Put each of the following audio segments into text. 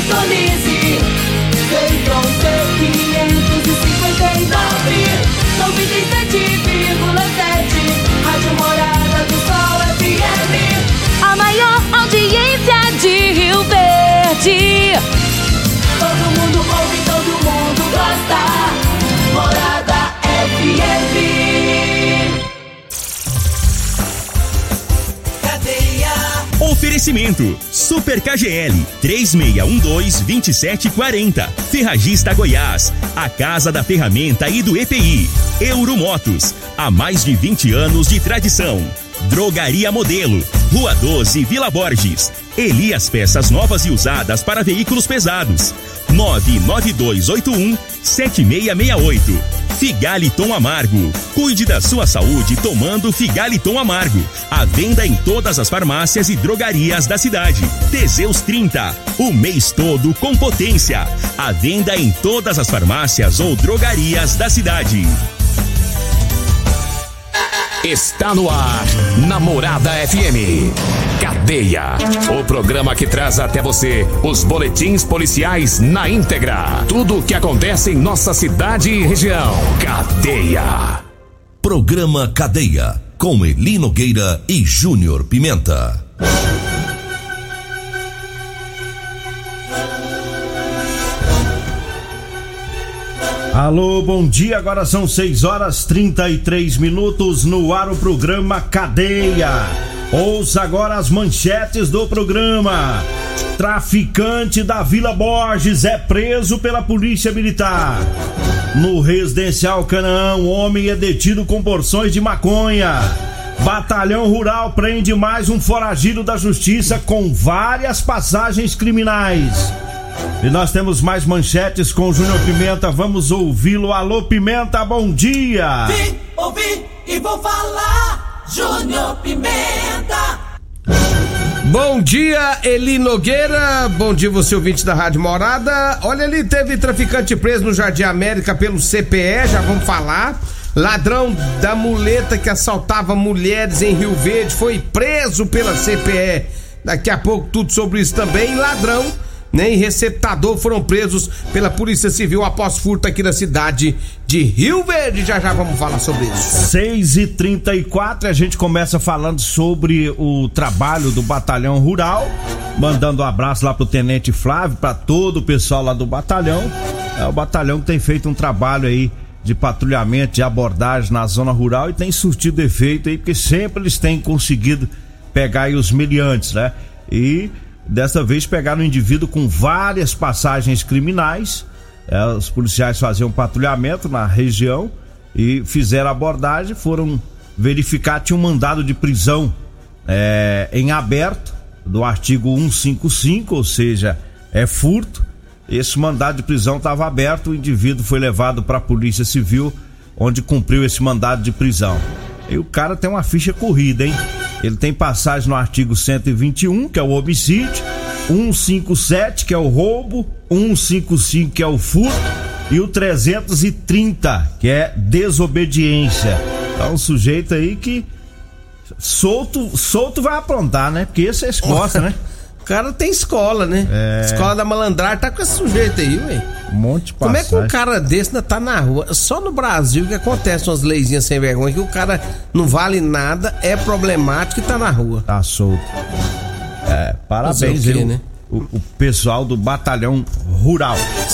sintonize. Central C 559, 97,7. Rádio Morada do Sol FM. A maior audiência de Rio Verde. Todo mundo ouve, todo mundo gosta. Morada FM. Cadeia. Oferecimento Super KGL 3612-2740. Ferragista Goiás, a casa da ferramenta e do EPI. Euromotos, há mais de 20 anos de tradição. Drogaria Modelo, Rua 12, Vila Borges. Elias Peças Novas e Usadas para Veículos Pesados. 99281-7668. Figaliton Amargo. Cuide da sua saúde tomando Figaliton Amargo. À venda em todas as farmácias e drogarias da cidade. Teseus 30, o mês todo com potência. À venda em todas as farmácias ou drogarias da cidade. Está no ar, Namorada FM. Cadeia, o programa que traz até você os boletins policiais na íntegra. Tudo o que acontece em nossa cidade e região. Cadeia. Programa Cadeia, com Eli Nogueira e Júnior Pimenta. Alô, bom dia, agora são 6h33, no ar o programa Cadeia. Ouça agora as manchetes do programa. Traficante da Vila Borges é preso pela Polícia Militar. No residencial Canaã, homem é detido com porções de maconha. Batalhão Rural prende mais um foragido da justiça com várias passagens criminais. E nós temos mais manchetes com o Júnior Pimenta, vamos ouvi-lo. Alô, Pimenta, bom dia! Vim, ouvi e vou falar, Júnior Pimenta! Bom dia, Eli Nogueira, bom dia você ouvinte da Rádio Morada. Olha ali, teve traficante preso no Jardim América pelo CPE, já vamos falar. Ladrão da muleta que assaltava mulheres em Rio Verde foi preso pela CPE. Daqui a pouco tudo sobre isso também. Ladrão nem receptador foram presos pela Polícia Civil após furto aqui na cidade de Rio Verde. Já vamos falar sobre isso. 6h34, a gente começa falando sobre o trabalho do Batalhão Rural, mandando um abraço lá pro Tenente Flávio, para todo o pessoal lá do batalhão. É o batalhão que tem feito um trabalho aí de patrulhamento, de abordagem na zona rural e tem surtido efeito aí, porque sempre eles têm conseguido pegar aí os meliantes, né? E dessa vez pegaram um indivíduo com várias passagens criminais. Os policiais faziam um patrulhamento na região e fizeram a abordagem, foram verificar, tinha um mandado de prisão em aberto do artigo 155, ou seja, é furto. Esse mandado de prisão estava aberto, o indivíduo foi levado para a Polícia Civil, onde cumpriu esse mandado de prisão. E o cara tem uma ficha corrida, hein? Ele tem passagem no artigo 121, que é o homicídio, 157, que é o roubo, 155, que é o furto, e o 330, que é desobediência. Então, um sujeito aí que solto vai aprontar, né? Porque esse gostam, né? O cara tem escola, né? Escola da malandragem, tá com esse sujeito aí, ué. Um monte de passagem. Como é que um cara desse ainda tá na rua? Só no Brasil que acontece umas leizinhas sem vergonha, que o cara não vale nada, é problemático e tá na rua. Tá solto. Parabéns, quê, né? O pessoal do Batalhão Rural.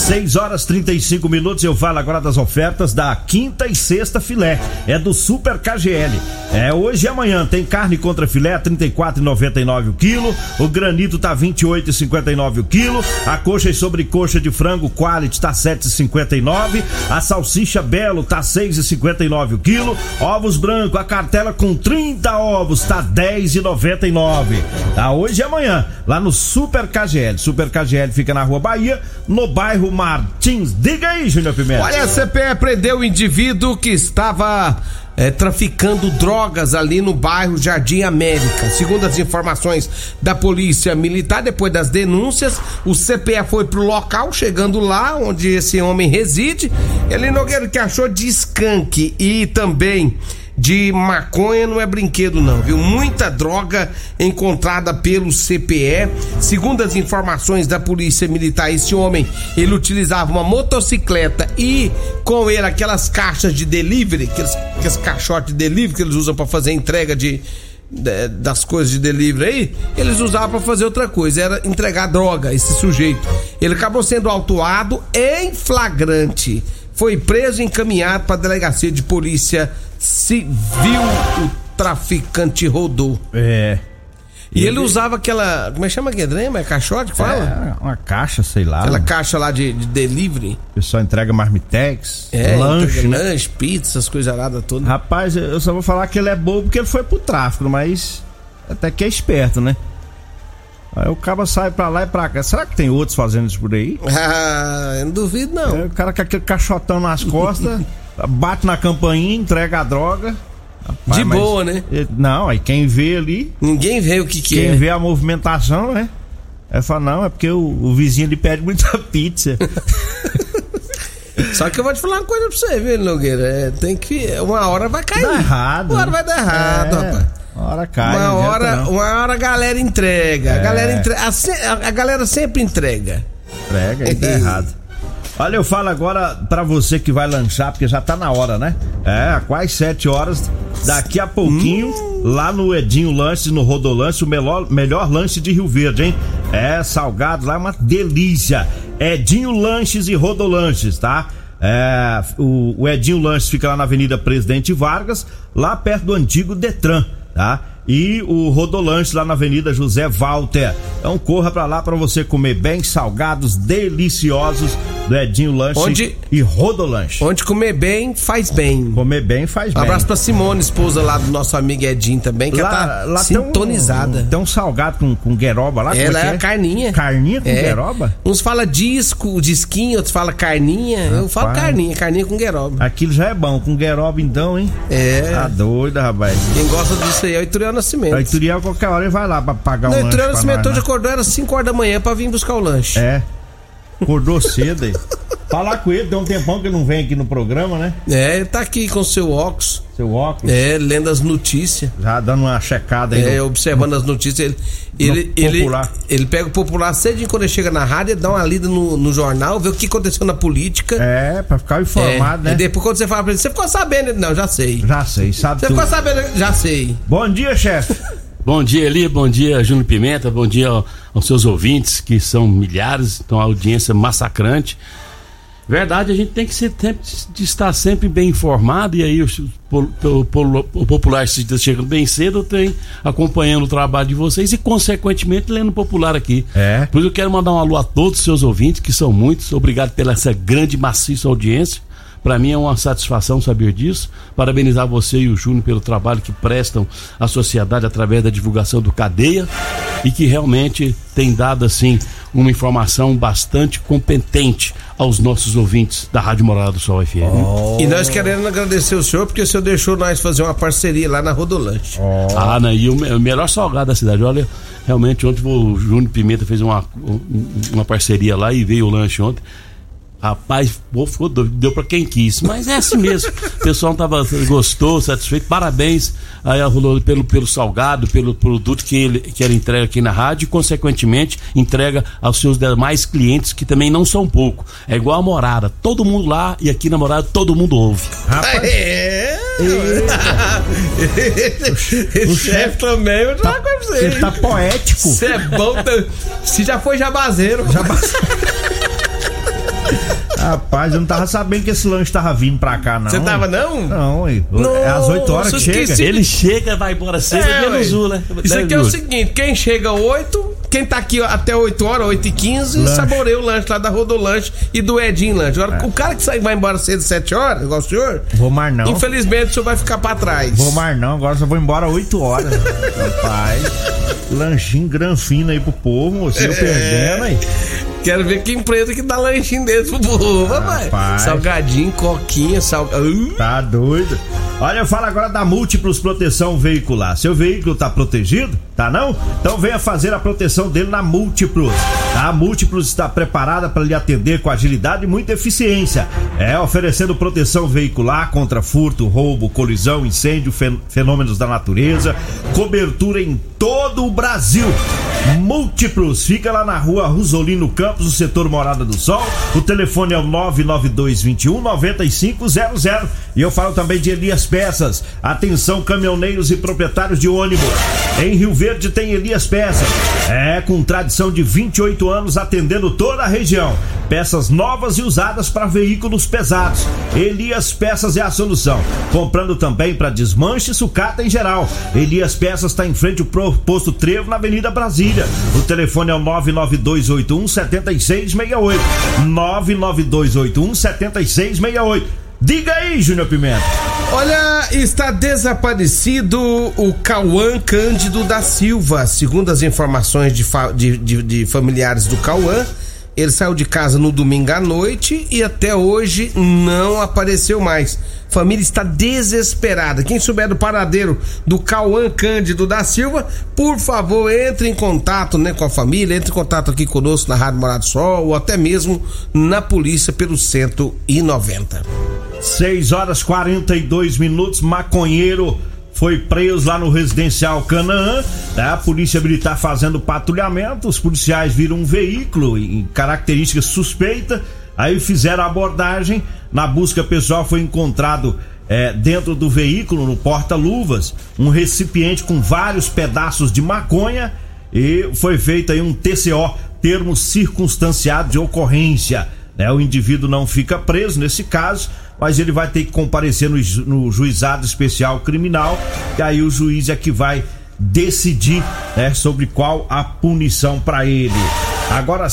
6h35, eu falo agora das ofertas da quinta e sexta filé. É do Super KGL. Hoje e amanhã tem carne contra filé a R$ 34,99 o quilo. O granito tá R$ 28,59 o quilo. A coxa e sobrecoxa de frango quality tá R$ 7,59. A salsicha Belo tá R$ 6,59 o quilo. Ovos branco, a cartela com 30 ovos tá R$ 10,99. Tá hoje e amanhã lá no Super KGL. Super KGL fica na Rua Bahia, no bairro Martins. Diga aí, Júnior Pimenta. Olha, a CPE prendeu o indivíduo que estava traficando drogas ali no bairro Jardim América. Segundo as informações da Polícia Militar, depois das denúncias, o CPE foi pro local, chegando lá onde esse homem reside. Ele Nogueira, que achou de skunk e também de maconha não é brinquedo não, viu? Muita droga encontrada pelo CPE. Segundo as informações da Polícia Militar, esse homem, ele utilizava uma motocicleta e com ele aquelas caixas de delivery, aqueles caixotes de delivery que eles usam para fazer entrega das coisas de delivery aí, eles usavam pra fazer outra coisa, era entregar droga, esse sujeito. Ele acabou sendo autuado em flagrante, foi preso e encaminhado pra delegacia de polícia civil. O traficante rodou. E ele usava aquela, como é que chama aquele trem? É caixote que fala? Uma caixa, sei lá. Aquela caixa lá de delivery. O pessoal entrega marmitex, lanche, lanche, pizza, as coisas aradas todas. Rapaz, eu só vou falar que ele é bobo porque ele foi pro tráfico, mas até que é esperto, né? Aí o cara sai pra lá e pra cá. Será que tem outros fazendo isso por aí? Eu não duvido, não. O cara com aquele caixotão nas costas, bate na campainha, entrega a droga. Rapaz, de boa, né? Não, aí quem vê ali... Ninguém vê o que é. Quem vê a movimentação, né? Aí fala, não, é porque o vizinho ele pede muita pizza. Só que eu vou te falar uma coisa pra você, viu, Nogueira? Tem que... Uma hora vai cair. Dá errado. Uma hora vai dar errado, rapaz. Uma hora cai. Uma hora a galera entrega. A galera sempre entrega. Entrega e dá errado. Olha, eu falo agora pra você que vai lanchar, porque já tá na hora, né? Quase 7 horas. Daqui a pouquinho, lá no Edinho Lanches, no Rodolanche, o melhor lanche de Rio Verde, hein? Salgado lá, é uma delícia. Edinho Lanches e Rodolanches, tá? O Edinho Lanches fica lá na Avenida Presidente Vargas, lá perto do antigo Detran, tá? E o Rodolanche lá na Avenida José Walter. Então corra pra lá pra você comer bem, salgados deliciosos do Edinho Lanche e Rodolanche. Onde comer bem, faz bem. Comer bem, faz bem. Um abraço pra Simone, esposa lá do nosso amigo Edinho também, que ela tá sintonizada. Tem um salgado com gueroba lá. Ela é carninha. Carninha com gueroba? Uns fala disquinho, outros fala carninha. Eu falo carninha com gueroba. Aquilo já é bom, com gueroba então, hein? Tá doido, rapaz. Quem gosta disso aí é o Ituriel Nascimento. O Ituriel qualquer hora ele vai lá pra pagar um lanche. O Ituriel Nascimento hoje acordou, era 5 horas da manhã pra vir buscar o lanche. Acordou cedo aí. Falar com ele, tem um tempão que ele não vem aqui no programa, né? Ele tá aqui com o seu óculos. Seu óculos? Lendo as notícias. Já dando uma checada aí. Observando as notícias. Ele pega o popular cedinho quando ele chega na rádio, dá uma lida no jornal, vê o que aconteceu na política. Pra ficar informado, né? E depois quando você fala pra ele, você ficou sabendo? Não, já sei. Já sei, sabe Você ficou sabendo? Já sei. Bom dia, chefe. Bom dia, Eli, bom dia, Júnior Pimenta, bom dia aos seus ouvintes, que são milhares, então a audiência massacrante. Verdade, a gente tem que estar sempre bem informado, e aí o popular chegando bem cedo, tem acompanhando o trabalho de vocês e, consequentemente, lendo o popular aqui. Por isso eu quero mandar um alô a todos os seus ouvintes, que são muitos, obrigado pela essa grande, maciça audiência. Para mim é uma satisfação saber disso. Parabenizar você e o Júnior pelo trabalho que prestam à sociedade através da divulgação do Cadeia e que realmente tem dado assim uma informação bastante competente aos nossos ouvintes da Rádio Morada do Sol FM. E nós queremos agradecer o senhor porque o senhor deixou nós fazer uma parceria lá na Rodolanche. E o melhor salgado da cidade. Olha, realmente ontem o Júnior Pimenta fez uma parceria lá e veio o lanche ontem. Rapaz, ficou doido, deu pra quem quis, mas é assim mesmo. O pessoal gostou, satisfeito, parabéns aí a Rolô pelo salgado, pelo produto que ele entrega aqui na rádio e, consequentemente, entrega aos seus demais clientes, que também não são pouco. É igual a Morada, todo mundo lá e aqui na Morada todo mundo ouve. Rapaz, o chefe também, eu já conversei. Ele tá poético. Você é bom, se já foi jabazeiro. Rapaz, eu não tava sabendo que esse lanche tava vindo pra cá, não. Você tava, não? Não, é às 8 horas que chega. Ele chega, vai embora cedo, menos um, né? Isso aqui é o seguinte, quem chega 8, quem tá aqui até 8 horas, 8h15, saboreia o lanche lá da Rodolanche e do Edinho Lanche. Agora, o cara que vai embora cedo, 7 horas, igual o senhor, vou mais não. Infelizmente, o senhor vai ficar pra trás. Vou mais não, agora só vou embora 8 horas. Rapaz, lanchinho granfino aí pro povo, você perdendo aí. Quero ver que empresa que dá lanchinho desse pro povo, rapaz. Salgadinho, coquinha, Tá doido. Olha, eu falo agora da Múltiplos Proteção Veicular. Seu veículo tá protegido? Tá não? Então venha fazer a proteção dele na Múltiplos. A Múltiplos está preparada para lhe atender com agilidade e muita eficiência. Oferecendo proteção veicular contra furto, roubo, colisão, incêndio, fenômenos da natureza, cobertura em todo o Brasil. Múltiplos, fica lá na rua Rosolino Campos, no setor Morada do Sol. O telefone é o 99221-9500. E eu falo também de Elias Peças. Atenção, caminhoneiros e proprietários de ônibus. Em Rio Verde tem Elias Peças. Com tradição de 28 anos, atendendo toda a região. Peças novas e usadas para veículos pesados. Elias Peças é a solução. Comprando também para desmanche e sucata em geral. Elias Peças está em frente ao posto Trevo, na Avenida Brasília. O telefone é o 99281-7668. 99281-7668. Diga aí, Júnior Pimenta. Olha, está desaparecido o Cauã Cândido da Silva. Segundo as informações de familiares do Cauã, ele saiu de casa no domingo à noite e até hoje não apareceu mais. Família está desesperada. Quem souber do paradeiro do Cauã Cândido da Silva, por favor, entre em contato, com a família, entre em contato aqui conosco na Rádio Morada do Sol ou até mesmo na polícia pelo 190. 6h42, maconheiro foi preso lá no residencial Canaã. A polícia militar fazendo patrulhamento, os policiais viram um veículo em características suspeitas, aí fizeram a abordagem. Na busca pessoal foi encontrado dentro do veículo, no porta-luvas, um recipiente com vários pedaços de maconha e foi feito aí um TCO, termo circunstanciado de ocorrência. O indivíduo não fica preso nesse caso, mas ele vai ter que comparecer no juizado especial criminal, e aí o juiz é que vai decidir sobre qual a punição para ele. Agora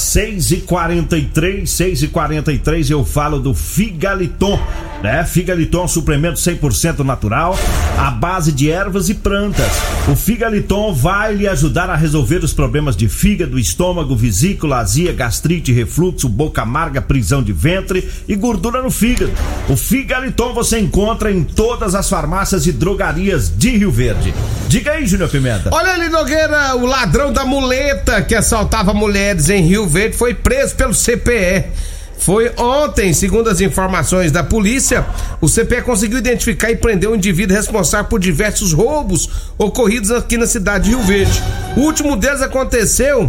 6h43, eu falo do Figaliton, Figaliton é um suplemento 100% natural, à base de ervas e plantas. O Figaliton vai lhe ajudar a resolver os problemas de fígado, estômago, vesícula, azia, gastrite, refluxo, boca amarga, prisão de ventre e gordura no fígado. O Figaliton você encontra em todas as farmácias e drogarias de Rio Verde. Diga aí, Júnior Pimenta. Olha ali, Nogueira, o ladrão da muleta que assaltava mulheres em Rio Verde foi preso pelo CPE. Foi ontem, segundo as informações da polícia, o CPE conseguiu identificar e prender um indivíduo responsável por diversos roubos ocorridos aqui na cidade de Rio Verde. O último deles aconteceu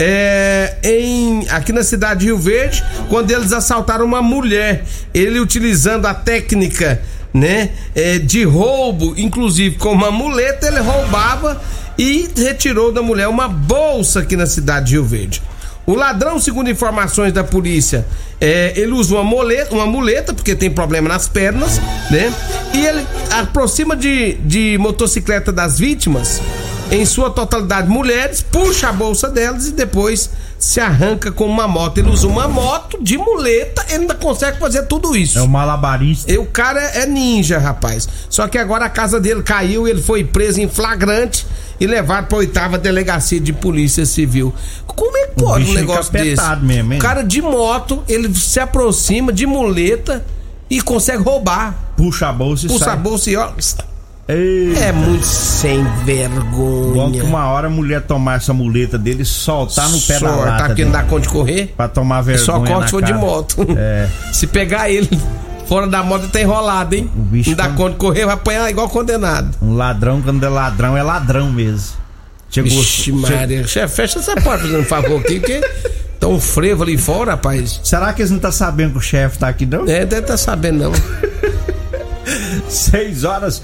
aqui na cidade de Rio Verde, quando eles assaltaram uma mulher. Ele, utilizando a técnica de roubo, inclusive com uma muleta, ele roubava e retirou da mulher uma bolsa aqui na cidade de Rio Verde. O ladrão, segundo informações da polícia, ele usa uma muleta, porque tem problema nas pernas, e ele aproxima de motocicleta das vítimas, em sua totalidade mulheres, puxa a bolsa delas e depois se arranca com uma moto. Ele usa uma moto de muleta, ele ainda consegue fazer tudo isso. É um malabarista. E o cara é ninja, rapaz. Só que agora a casa dele caiu, ele foi preso em flagrante e levado pra 8ª Delegacia de Polícia Civil. Como é que pode um negócio desse? Mesmo, hein? O cara de moto, ele se aproxima de muleta e consegue roubar. Puxa a bolsa e ó. É muito sem vergonha. Bom que uma hora a mulher tomar essa muleta dele e soltar no pé da lata. Tá porque não dá conta de correr? Pra tomar vergonha. Só corta se for de moto. Se pegar ele fora da moto, tá enrolado, hein? O bicho não dá conta de correr, vai apanhar igual condenado. Um ladrão, quando é ladrão mesmo. Vixe, Maria. Chefe, fecha essa porta, fazendo um favor aqui, porque tá um frevo ali fora, rapaz. Será que eles não tá sabendo que o chefe tá aqui, não? Deve tá sabendo, não. 6h45,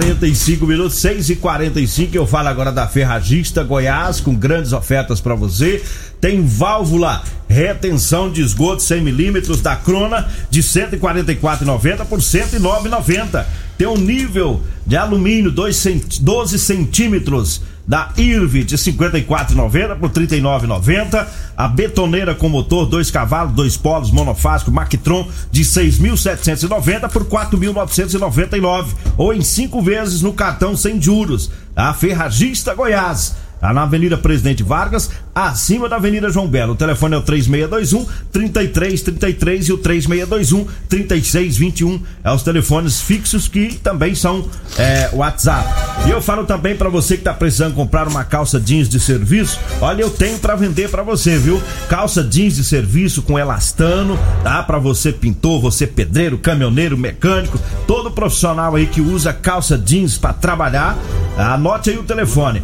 6h45, eu falo agora da Ferragista Goiás, com grandes ofertas para você. Tem válvula retenção de esgoto 100mm da Crona de R$ 144,90 por R$ 109,90. Tem um nível de alumínio 12 centímetros da IRV de R$ 54,90 por R$ 39,90. A betoneira com motor 2 cavalos, 2 polos, monofásico Mactron de R$ 6.790 por R$ 4.999, ou em 5 vezes no cartão sem juros. A Ferragista Goiás, na Avenida Presidente Vargas, acima da Avenida João Belo. O telefone é o 3621-3333 e o 3621-3621. É os telefones fixos que também são WhatsApp. E eu falo também pra você que tá precisando comprar uma calça jeans de serviço, olha, eu tenho pra vender pra você, viu? Calça jeans de serviço com elastano, tá? Pra você pintor, você pedreiro, caminhoneiro, mecânico, todo profissional aí que usa calça jeans pra trabalhar, anote aí o telefone,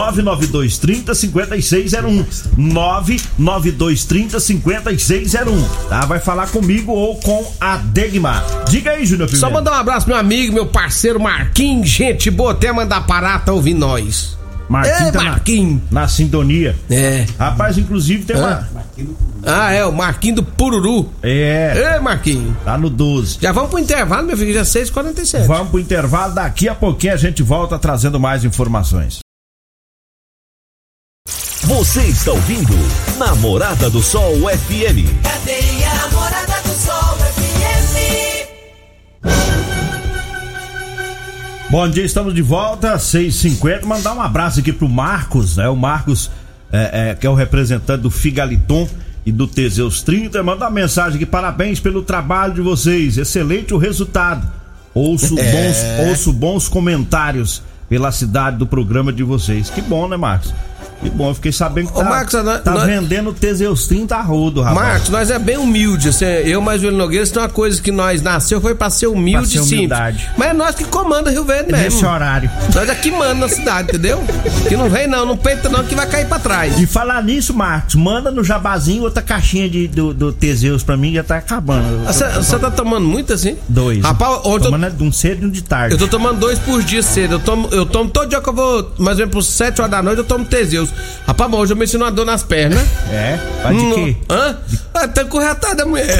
99230-5601, 99230-5601, tá? Vai falar comigo ou com a Degmar. Diga aí, Júnior Pimenta. Só mandar um abraço pro meu amigo, meu parceiro Marquinhos, gente boa, até mandar parar, tá ouvindo nós. Marquinhos tá Marquinhos. na sintonia. É. Rapaz, inclusive tem uma... O Marquinhos do Pururu. É. Marquinhos. Tá no 12. Já vamos pro intervalo, meu filho, já 6h47. Vamos pro intervalo, daqui a pouquinho a gente volta trazendo mais informações. Você está ouvindo Namorada do Sol FM. Cadeia Namorada do Sol FM. Bom dia, estamos de volta, 6h50. Mandar um abraço aqui pro Marcos, né? O Marcos, que é o representante do Figaliton e do Teseus 30. Manda uma mensagem aqui, parabéns pelo trabalho de vocês, excelente o resultado. Ouço bons comentários pela cidade do programa de vocês. Que bom, né, Marcos? Que bom, eu fiquei sabendo que Marcos, vendendo Teseus 30 a rodo, rapaz. Marcos, nós é bem humilde, assim, eu mais o Eli Nogueira, tem uma coisa que nós nasceu foi pra ser humilde e simples. Mas é nós que comanda Rio Verde mesmo. Nesse horário. Nós é que manda na cidade, entendeu? Que não vem não peita não, que vai cair pra trás. E falar nisso, Marcos, manda no jabazinho outra caixinha do Teseus pra mim, já tá acabando. Você tá tomando muito assim? 2. Rapaz, tomando de um cedo e um de tarde. Eu tô tomando 2 por dia cedo. Eu tomo todo dia que eu vou, mais ou menos por 7 horas da noite, eu tomo Teseus. Rapaz, bom, hoje eu me ensino uma dor nas pernas. É? Vai de quê? Tá com retardo da mulher.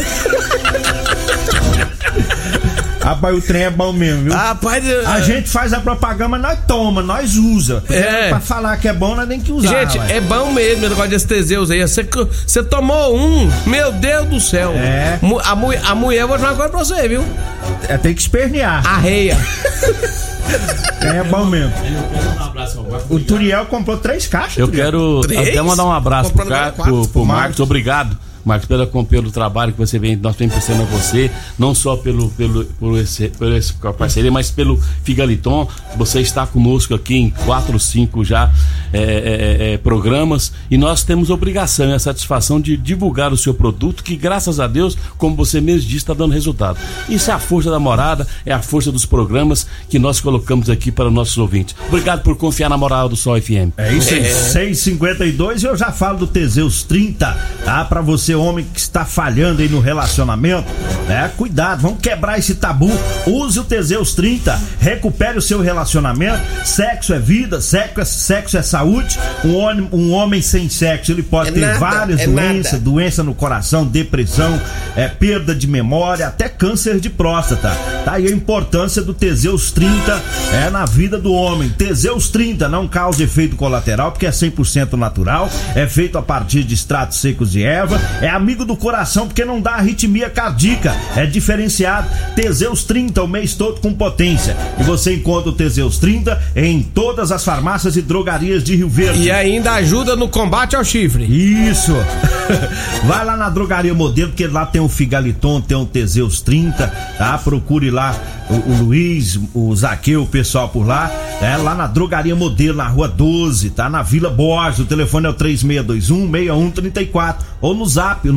Rapaz, o trem é bom mesmo, viu? Rapaz, a gente faz a propaganda, nós toma, nós usa. Pra falar que é bom, nós tem que usar. Gente, é bom mesmo o negócio desse Teseus aí. Você tomou meu Deus do céu. É. A mulher, eu vou falar uma coisa pra você, viu? Tem que espernear. Arreia. É bom mesmo. O Turiel comprou 3 caixas. Eu quero até mandar um abraço pro Marcos. Obrigado, Marcos, pelo trabalho que você vem, nós vem pensando a você, não só por esse parceria, mas pelo Figaliton. Você está conosco aqui em 4 ou 5 já programas, e nós temos obrigação e a satisfação de divulgar o seu produto, que graças a Deus, como você mesmo disse, está dando resultado. Isso é a força da Morada, é a força dos programas que nós colocamos aqui para os nossos ouvintes. Obrigado por confiar na Morada do Sol FM. É isso aí, 6h52, e eu já falo do Teseus 30, tá? Pra você, homem que está falhando aí no relacionamento, né? Cuidado, vamos quebrar esse tabu. Use o Teseus 30, recupere o seu relacionamento. Sexo é vida, sexo é saúde. Um homem sem sexo, ele pode ter várias doenças, doença no coração, depressão, perda de memória, até câncer de próstata. Tá aí a importância do Teseus 30 na vida do homem. Teseus 30 não causa efeito colateral, porque é 100% natural, é feito a partir de extratos secos de erva, é amigo do coração porque não dá arritmia cardíaca, é diferenciado. Teseus 30 o mês todo com potência. E você encontra o Teseus 30 em todas as farmácias e drogarias de Rio Verde. E ainda ajuda no combate ao chifre. Isso. Vai lá na Drogaria Modelo, porque lá tem o Figaliton, tem o Teseus 30, tá? Procure lá o Luiz, o Zaqueu, o pessoal por lá. Lá na Drogaria Modelo, na Rua 12, tá? Na Vila Borges. O telefone é o 3621-6134 ou no Zap, o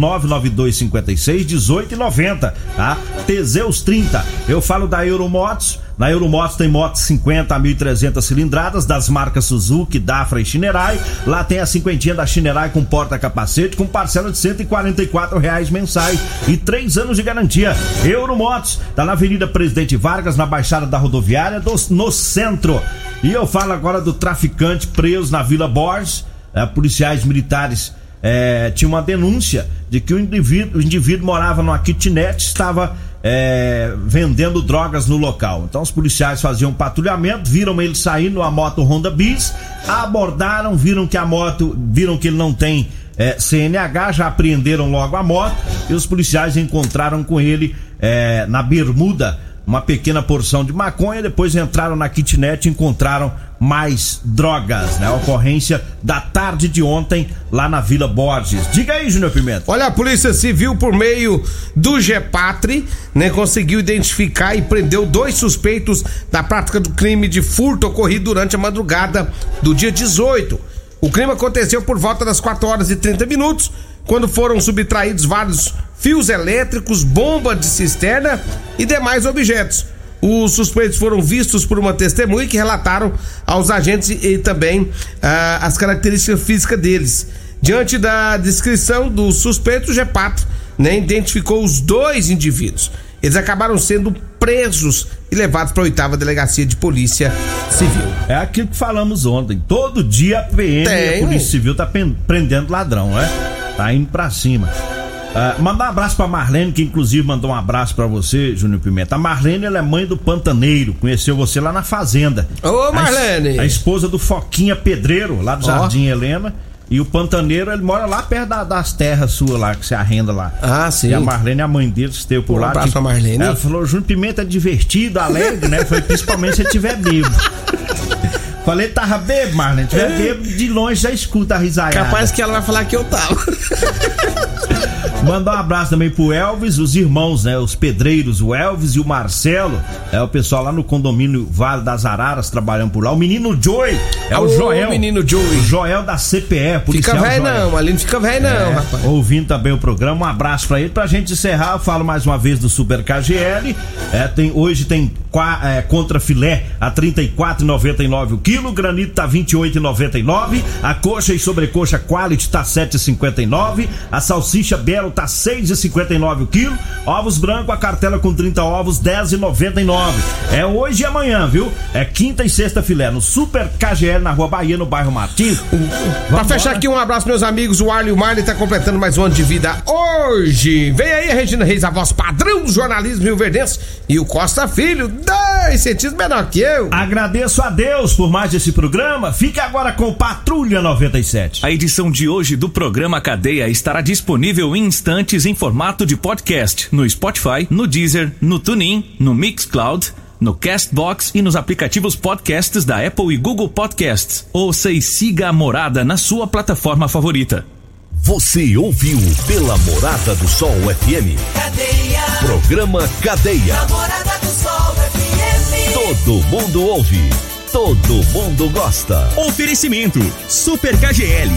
99256-1890, tá? Teseus 30. Eu falo da Euromotos. Na Euromotos tem motos 50 a 1.300 cilindradas das marcas Suzuki, Dafra e Shinerai. Lá tem a cinquentinha da Shinerai com porta-capacete com parcela de R$144 mensais e 3 anos de garantia. Euromotos tá na Avenida Presidente Vargas, na Baixada da Rodoviária, no centro. E eu falo agora do traficante preso na Vila Borges. Policiais militares tinha uma denúncia de que o indivíduo morava numa kitnet, estava vendendo drogas no local. Então os policiais faziam um patrulhamento, viram ele saindo numa moto Honda Bis, abordaram, viram que ele não tem CNH, já apreenderam logo a moto, e os policiais encontraram com ele na bermuda uma pequena porção de maconha, depois entraram na kitnet e encontraram mais drogas, né? A ocorrência da tarde de ontem lá na Vila Borges. Diga aí, Júnior Pimenta. Olha, a Polícia Civil, por meio do GEPATRI, né, conseguiu identificar e prendeu 2 suspeitos da prática do crime de furto ocorrido durante a madrugada do dia 18. O crime aconteceu por volta das 4h30, quando foram subtraídos vários fios elétricos, bomba de cisterna e demais objetos. Os suspeitos foram vistos por uma testemunha que relataram aos agentes e também as características físicas deles. Diante da descrição dos suspeitos, o GEPATRI, né, identificou os 2 indivíduos. Eles acabaram sendo presos e levados para a 8ª Delegacia de Polícia Civil. É aquilo que falamos ontem. Todo dia a PM e a Polícia Civil tá prendendo ladrão, né? Tá indo pra cima. Mandar um abraço pra Marlene, que inclusive mandou um abraço pra você, Júnior Pimenta. A Marlene, ela é mãe do Pantaneiro, conheceu você lá na fazenda. Ô, Marlene! A esposa do Foquinha Pedreiro, lá do Jardim Helena. E o Pantaneiro, ele mora lá perto das terras suas lá, que você arrenda lá. Ah, sim. E a Marlene, a mãe dele, esteve por lá. Um abraço pra Marlene. Ela falou, Júnior Pimenta é divertido, alegre, né? Foi principalmente se ele tiver bêbado. Falei, tava bêbado, Marlene. Tiver bêbado, de longe já escuta a risaiada. Capaz que ela vai falar que eu tava. Mandar um abraço também pro Elvis, os irmãos, né? Os pedreiros, o Elvis e o Marcelo. É o pessoal lá no condomínio Vale das Araras trabalhando por lá. O menino Joey, o Joel. O menino Joey. O Joel da CPE, policial. Fica velho não, ali não fica velho não, rapaz. Ouvindo também o programa, um abraço pra ele. Pra gente encerrar, eu falo mais uma vez do Super KGL. Hoje tem contra filé a R$ 34,99 o quilo, granito tá R$ 28,99, a coxa e sobrecoxa quality tá R$ 7,59, a salsicha Belo tá R$ 6,59 o quilo, ovos branco, a cartela com 30 ovos R$ 10,99. É hoje e amanhã, viu? É quinta e sexta filé no Super KGL na Rua Bahia, no bairro Martins. Pra fechar aqui, um abraço meus amigos, o Arley e o Marley tá completando mais um ano de vida hoje. Vem aí a Regina Reis, a voz padrão do jornalismo rioverdense, e o Costa Filho, 2 centímetros menor que eu. Agradeço a Deus por mais esse programa. Fique agora com Patrulha 97. A edição de hoje do programa Cadeia estará disponível em instantes em formato de podcast no Spotify, no Deezer, no TuneIn, no Mixcloud, no Castbox e nos aplicativos podcasts da Apple e Google Podcasts. Ouça e siga a Morada na sua plataforma favorita. Você ouviu pela Morada do Sol FM. Cadeia. Programa Cadeia. Morada do Sol FM. Todo mundo ouve. Todo mundo gosta. Oferecimento Super KGL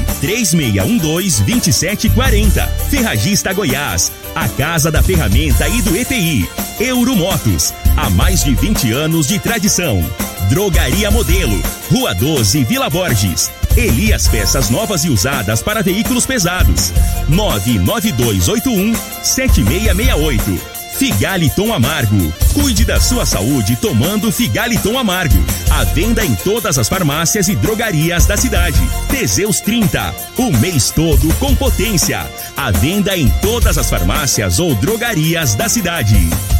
3612-2740. Ferragista Goiás, a casa da ferramenta e do EPI. Euromotos, há mais de 20 anos de tradição. Drogaria Modelo, Rua 12, Vila Borges. Elias Peças Novas e Usadas para Veículos Pesados. 99281-7668. Figaliton Amargo. Cuide da sua saúde tomando Figaliton Amargo. À venda em todas as farmácias e drogarias da cidade. Teseus 30. O mês todo com potência. À venda em todas as farmácias ou drogarias da cidade.